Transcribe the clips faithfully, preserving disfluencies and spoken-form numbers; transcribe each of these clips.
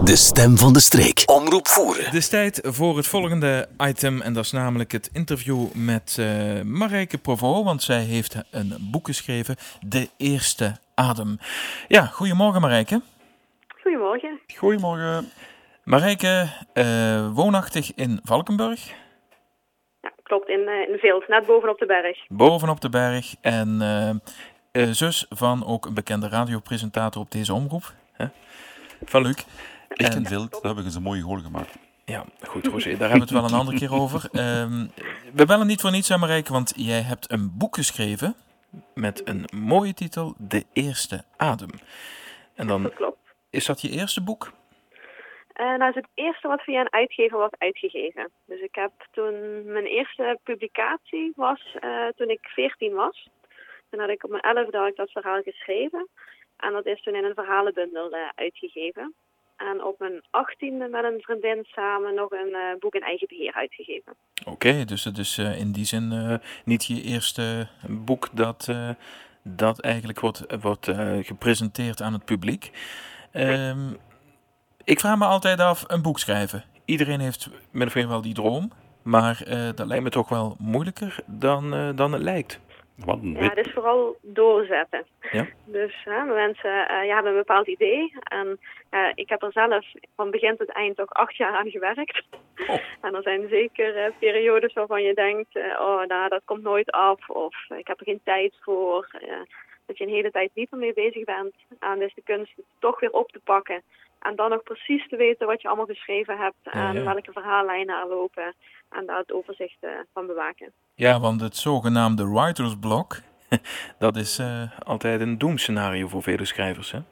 De stem van de streek. Omroep Voeren. Het is tijd voor het volgende item. En dat is namelijk het interview met uh, Marijke Provost. Want zij heeft een boek geschreven. De Eerste Adem. Ja, goedemorgen Marijke. Goedemorgen. Goedemorgen. Marijke, uh, woonachtig in Valkenburg. Ja, klopt. In, uh, in Veelt, net bovenop de berg. Bovenop de berg. En uh, uh, zus van ook een bekende radiopresentator op deze omroep. Hè? Van Luc. Ik ken Veelt, daar hebben ze een mooie goal gemaakt. Ja, goed Roger, daar hebben we het wel een andere keer over. Um, we bellen niet voor niets aan Marijke, want jij hebt een boek geschreven met een mooie titel, De Eerste Adem. En dan dat klopt. Is dat je eerste boek? Uh, nou, is het eerste wat via een uitgever was uitgegeven. Dus ik heb toen mijn eerste publicatie was uh, toen ik veertien was. Toen had ik op mijn elfde had ik dat verhaal geschreven. En dat is toen in een verhalenbundel uh, uitgegeven. En op mijn achttiende met een vriendin samen nog een uh, boek in eigen beheer uitgegeven. Oké, okay, dus het is uh, in die zin uh, niet je eerste boek dat, uh, dat eigenlijk wordt, wordt uh, gepresenteerd aan het publiek. Nee. Um, ik vraag me altijd af, een boek schrijven. Iedereen heeft min of meer wel die droom, maar uh, dat lijkt me toch wel moeilijker dan, uh, dan het lijkt. Wat een ja, het is vooral doorzetten. Ja? Dus hè, mensen uh, ja, hebben een bepaald idee. En uh, ik heb er zelf van begin tot eind toch acht jaar aan gewerkt. Oh. En er zijn zeker uh, periodes waarvan je denkt, uh, oh, nou, dat komt nooit af. Of uh, ik heb er geen tijd voor. Uh, dat je een hele tijd niet ermee bezig bent. En dus de kunst toch weer op te pakken. En dan nog precies te weten wat je allemaal geschreven hebt. Ja, en ja. welke verhaallijnen er lopen. En daar het overzicht uh, van bewaken. Ja, want het zogenaamde writer's block, dat is uh, altijd een doemscenario voor vele schrijvers, hè?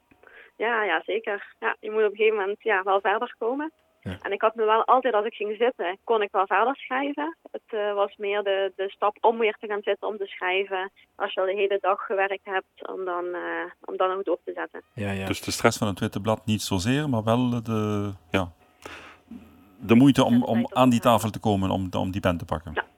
Ja, ja, zeker. Ja, je moet op een gegeven moment ja, wel verder komen. Ja. En ik had me wel altijd, als ik ging zitten, kon ik wel verder schrijven. Het uh, was meer de, de stap om weer te gaan zitten om te schrijven. Als je al de hele dag gewerkt hebt, om dan, uh, om dan nog door te zetten. Ja, ja. Dus de stress van het witte blad niet zozeer, maar wel de, ja, de moeite om, om aan die tafel te komen, om, om die pen te pakken. Ja.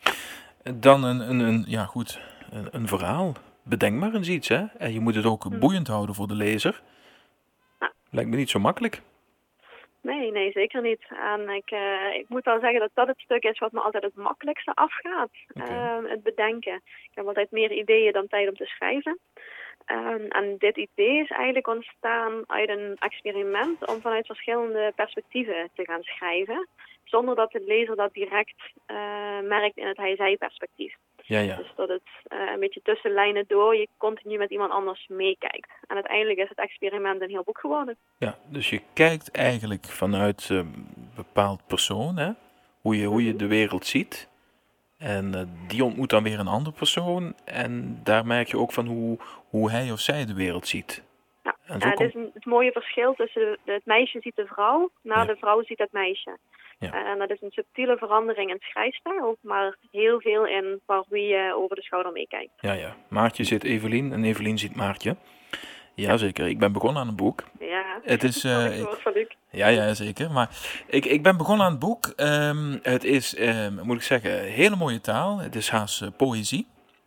Dan een, een, een, ja goed, een, een verhaal. Bedenk maar eens iets, hè. En je moet het ook boeiend houden voor de lezer. Ja. Lijkt me niet zo makkelijk. Nee, nee, zeker niet. En ik, uh, ik moet wel zeggen dat dat het stuk is wat me altijd het makkelijkste afgaat. Okay. Uh, het bedenken. Ik heb altijd meer ideeën dan tijd om te schrijven. Um, en dit idee is eigenlijk ontstaan uit een experiment om vanuit verschillende perspectieven te gaan schrijven. Zonder dat de lezer dat direct uh, merkt in het hij-zij perspectief. Ja, ja. Dus dat het uh, een beetje tussen lijnen door je continu met iemand anders meekijkt. En uiteindelijk is het experiment een heel boek geworden. Ja, dus je kijkt eigenlijk vanuit een uh, bepaald persoon, hè? Hoe je, hoe je de wereld ziet. En uh, die ontmoet dan weer een andere persoon. En daar merk je ook van hoe, hoe hij of zij de wereld ziet. Ja, en zo ja, komt... het is een, het mooie verschil tussen de, de, het meisje ziet de vrouw, naar Ja. de vrouw ziet het meisje. Ja. En dat is een subtiele verandering in schrijfstijl, maar heel veel in waar wie je over de schouder meekijkt. Ja, ja. Maartje ziet Evelien en Evelien ziet Maartje. Jazeker, ik ben begonnen aan een boek. Ja, Het is, uh, dat is ik... van Luc. Ja, ja, zeker. Maar ik, ik ben begonnen aan het boek. Um, het is, um, moet ik zeggen, hele mooie taal. Het is haast uh, poëzie.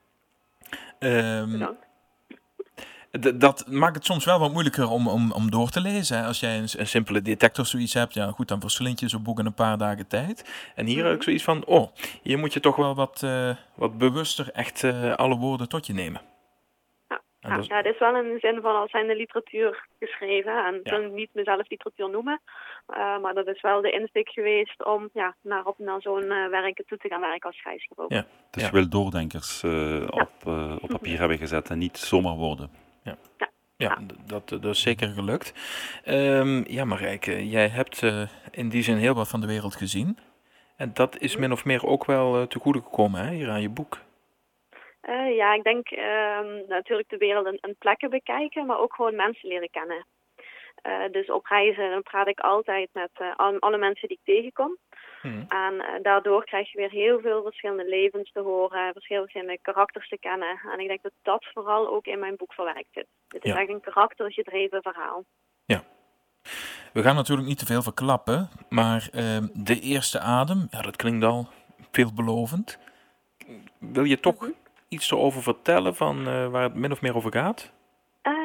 Um, Bedankt. D- dat maakt het soms wel wat moeilijker om, om, om door te lezen. Hè. Als jij een, een simpele detector zoiets hebt, ja goed, dan verslind je zo'n boek in een paar dagen tijd. En hier mm-hmm. heb ik zoiets van, oh, hier moet je toch wel wat, uh, wat bewuster echt uh, alle woorden tot je nemen. Ja, ja, is... ja, het is wel in de zin van als zijn de literatuur geschreven. En ik ja. wil niet mezelf literatuur noemen. Uh, maar dat is wel de insteek geweest om ja, naar, op, naar zo'n uh, werken toe te gaan werken als schrijfster ook. Ja. Dus ja. je wil doordenkers uh, ja. op, uh, op papier hebben gezet en niet zomaar woorden. Ja, ja. ja, ja. Dat, dat is zeker gelukt. Um, ja, Marijke, jij hebt uh, in die zin heel wat van de wereld gezien. En dat is min of meer ook wel uh, te goede gekomen, hè, hier aan je boek. Uh, ja, ik denk uh, natuurlijk de wereld en, en plekken bekijken, maar ook gewoon mensen leren kennen. Uh, dus op reizen dan praat ik altijd met uh, al, alle mensen die ik tegenkom. Hmm. En uh, daardoor krijg je weer heel veel verschillende levens te horen, verschillende karakters te kennen. En ik denk dat dat vooral ook in mijn boek verwerkt zit. Het is ja. echt een karaktergedreven verhaal. Ja. We gaan natuurlijk niet te veel verklappen, maar uh, De Eerste Adem, ja, dat klinkt al veelbelovend. Wil je toch mm-hmm. iets erover vertellen van uh, waar het min of meer over gaat? Uh,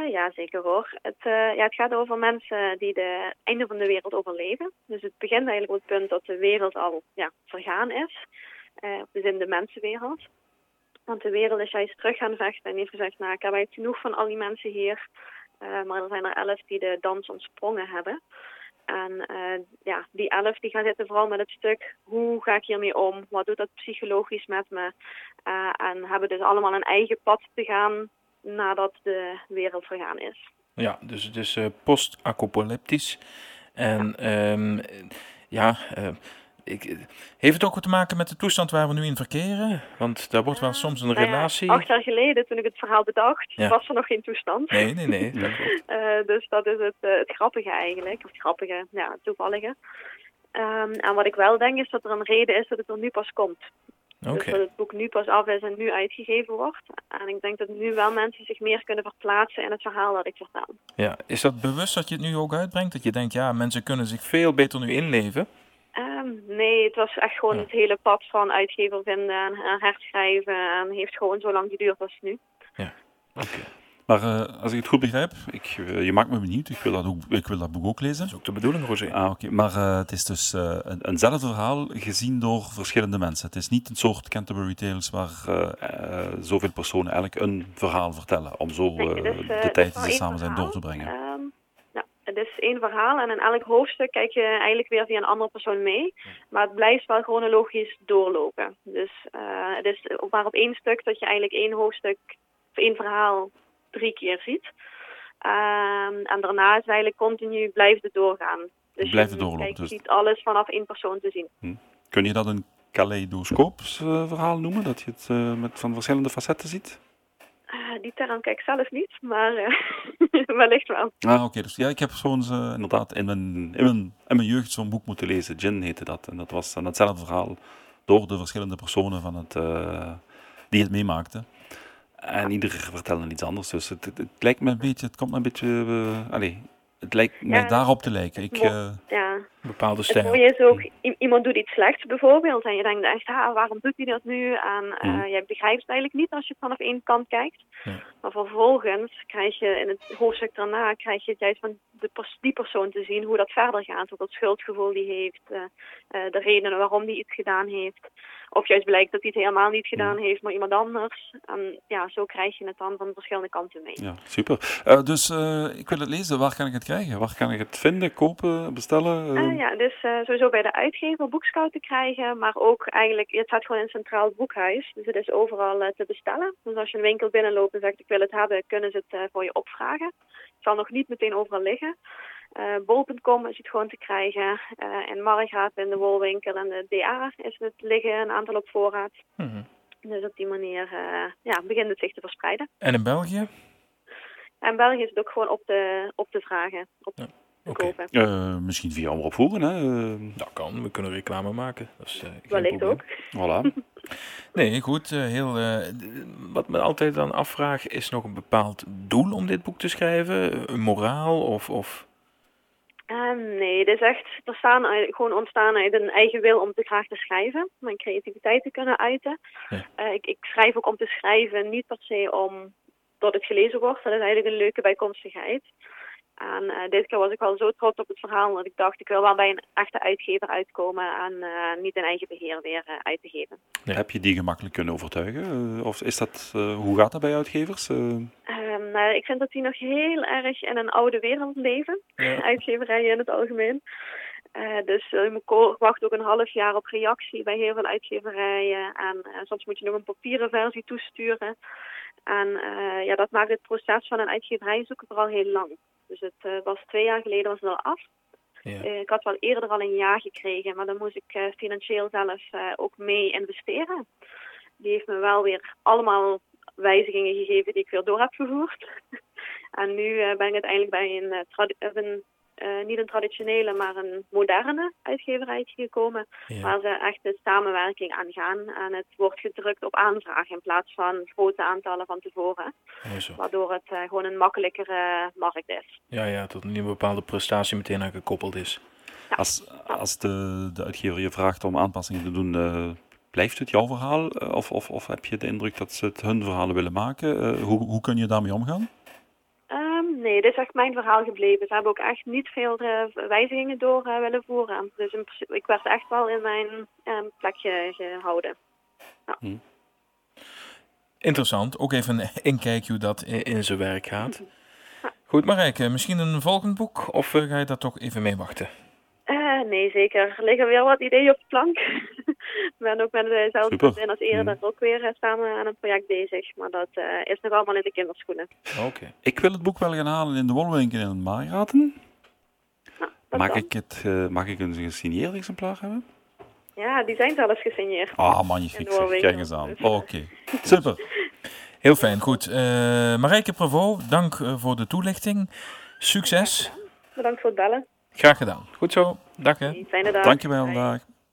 Uh, ja, zeker hoor. Het, uh, ja, het gaat over mensen die de einde van de wereld overleven. Dus het begint eigenlijk op het punt dat de wereld al ja, vergaan is. Uh, dus in de mensenwereld. Want de wereld is juist terug gaan vechten en heeft gezegd, nou, ik heb eigenlijk genoeg van al die mensen hier. Uh, maar er zijn er elf die de dans ontsprongen hebben. En uh, ja, die elf die gaan zitten vooral met het stuk, hoe ga ik hiermee om? Wat doet dat psychologisch met me? Uh, en hebben dus allemaal een eigen pad te gaan nadat de wereld vergaan is. Ja, dus het is uh, post-apocalyptisch. En ja, um, ja uh, ik, heeft het ook wat te maken met de toestand waar we nu in verkeren? Want daar wordt wel soms een uh, relatie... Nou ja, acht jaar geleden, toen ik het verhaal bedacht, ja. was er nog geen toestand. Nee, nee, nee. Dat klopt. uh, dus dat is het, uh, het grappige eigenlijk. Of het grappige, ja, het toevallige. Um, en wat ik wel denk is dat er een reden is dat het er nu pas komt. Okay. Dus dat het boek nu pas af is en nu uitgegeven wordt. En ik denk dat nu wel mensen zich meer kunnen verplaatsen in het verhaal dat ik vertel. Ja, is dat bewust dat je het nu ook uitbrengt? Dat je denkt, ja, mensen kunnen zich veel beter nu inleven? Um, nee, het was echt gewoon ja. het hele pad van uitgever vinden en, en herschrijven. En heeft gewoon zo lang geduurd als nu. Ja, oké. Okay. Maar uh, als ik het goed begrijp, ik, uh, je maakt me benieuwd, ik wil dat, ook, ik wil dat boek ook lezen. Dat is ook de bedoeling, Roger. Ah, okay. Maar uh, het is dus uh, een, eenzelfde verhaal gezien door verschillende mensen. Het is niet een soort Canterbury Tales waar uh, uh, zoveel personen elk een verhaal vertellen. Om zo uh, nee, dus, uh, de tijd die ze samen zijn door te brengen. Um, nou, het is één verhaal en in elk hoofdstuk kijk je eigenlijk weer via een andere persoon mee. Maar het blijft wel chronologisch doorlopen. Dus uh, het is maar op één stuk dat je eigenlijk één hoofdstuk of één verhaal drie keer ziet. Um, en daarna is het eigenlijk continu blijft het doorgaan. Dus blijft het je, doorlopen. kijk, je dus... ziet alles vanaf één persoon te zien. Hm. Kun je dat een kaleidoscoops uh, verhaal noemen? Dat je het uh, met van verschillende facetten ziet? Uh, die term kijk ik zelf niet, maar uh, wellicht wel. Ah, oké. Okay. Dus ja, ik heb zo'n uh, inderdaad in mijn, in, mijn, in mijn jeugd zo'n boek moeten lezen. Gin heette dat. En dat was dan hetzelfde verhaal door de verschillende personen van het, uh, die het meemaakten. En ieder vertelde iets anders. Dus het, het, het lijkt me een beetje, het komt me een beetje, uh, allez, het lijkt mij ja, daarop te lijken. Ik, uh, ja. Bepaalde stijl. Het mooie is ook, i- iemand doet iets slechts bijvoorbeeld en je denkt echt, ah, waarom doet hij dat nu? En uh, mm. jij begrijpt het eigenlijk niet als je vanaf één kant kijkt. Ja. Maar vervolgens krijg je in het hoofdstuk daarna, krijg je het juist van de pers- die persoon te zien hoe dat verder gaat. Hoe dat schuldgevoel die heeft, uh, uh, de redenen waarom die iets gedaan heeft. Of juist blijkt dat hij het helemaal niet gedaan mm. heeft, maar iemand anders. En ja, zo krijg je het dan van verschillende kanten mee. Ja, super. Uh, dus uh, ik wil het lezen. Waar kan ik het krijgen? Waar kan ik het vinden, kopen, bestellen? Uh... Uh, ja, dus uh, sowieso bij de uitgever Boekscout te krijgen. Maar ook eigenlijk, het staat gewoon in een centraal boekhuis. Dus het is overal uh, te bestellen. Dus als je een winkel binnenloopt en zegt ik wil het hebben, kunnen ze het uh, voor je opvragen. Het zal nog niet meteen overal liggen. Uh, bol punt com is het gewoon te krijgen. Uh, in Margraat, in de Wolwinkel en de D A is het liggen, een aantal op voorraad. Mm-hmm. Dus op die manier uh, ja, begint het zich te verspreiden. En in België? En in België is het ook gewoon op te, op te vragen, op ja. te okay. kopen. Uh, misschien via Omroep Voeren, hè? Uh... Dat kan, we kunnen reclame maken. Dat is, uh, wellicht ook. Voilà. Nee, goed. Uh, heel, uh, wat me altijd dan afvraag, is nog een bepaald doel om dit boek te schrijven? Een moraal of... of... Uh, nee, het is echt er staan uit, gewoon ontstaan uit een eigen wil om te graag te schrijven. Mijn creativiteit te kunnen uiten. Ja. Uh, ik, ik schrijf ook om te schrijven, niet per se om dat het gelezen wordt. Dat is eigenlijk een leuke bijkomstigheid. En uh, dit keer was ik wel zo trots op het verhaal dat ik dacht, ik wil wel bij een echte uitgever uitkomen en uh, niet in eigen beheer weer uh, uit te geven. Ja. Heb je die gemakkelijk kunnen overtuigen? Uh, of is dat, uh, hoe gaat dat bij uitgevers? Uh... Um, nou, ik vind dat die nog heel erg in een oude wereld leven. Ja. Uitgeverijen in het algemeen. Uh, dus uh, je wacht ook een half jaar op reactie bij heel veel uitgeverijen. En uh, soms moet je nog een papieren versie toesturen. En uh, ja, dat maakt het proces van een uitgeverij zoeken vooral heel lang. Dus het uh, was twee jaar geleden was het al af. Ja. Uh, ik had wel eerder al een jaar gekregen, maar dan moest ik uh, financieel zelf uh, ook mee investeren. Die heeft me wel weer allemaal wijzigingen gegeven die ik weer door heb gevoerd. En nu uh, ben ik uiteindelijk bij een, uh, tradi- een uh, niet een traditionele, maar een moderne uitgeverij gekomen. Ja. Waar ze echt de samenwerking aangaan. En het wordt gedrukt op aanvraag in plaats van grote aantallen van tevoren. Ja, waardoor het uh, gewoon een makkelijkere markt is. Ja, ja, tot een bepaalde prestatie meteen aan gekoppeld is. Ja. Als, als de, de uitgever je vraagt om aanpassingen te doen, uh, blijft het jouw verhaal? Uh, of, of, of heb je de indruk dat ze het hun verhalen willen maken? Uh, hoe, hoe kun je daarmee omgaan? Um, Nee, dit is echt mijn verhaal gebleven. Ze hebben ook echt niet veel uh, wijzigingen door uh, willen voeren. Dus in, ik werd echt wel in mijn um, plekje gehouden. Ja. Hm. Interessant. Ook even een inkijkje hoe dat in, in zijn werk gaat. Ja. Goed, Marijke, misschien een volgend boek? Of uh, ga je daar toch even mee wachten? Uh, nee, zeker. Er liggen weer wat ideeën op de plank. Ik ben ook met dezelfde vriendin als eerder mm. ook weer uh, samen aan een project bezig. Maar dat uh, is nog allemaal in de kinderschoenen. Oké. Okay. Ik wil het boek wel gaan halen in de Wolwinkel in Margraten. Nou, mag, ik het, uh, mag ik een gesigneerd exemplaar hebben? Ja, die zijn zelfs gesigneerd. Ah, magnifiek. Kijk eens aan. Oké, okay. Super. Heel fijn, goed. Uh, Marijke Prévost, dank uh, voor de toelichting. Succes. Bedankt voor het bellen. Graag gedaan. Goed zo. Dag hè. Fijne dag. Dankjewel, dag.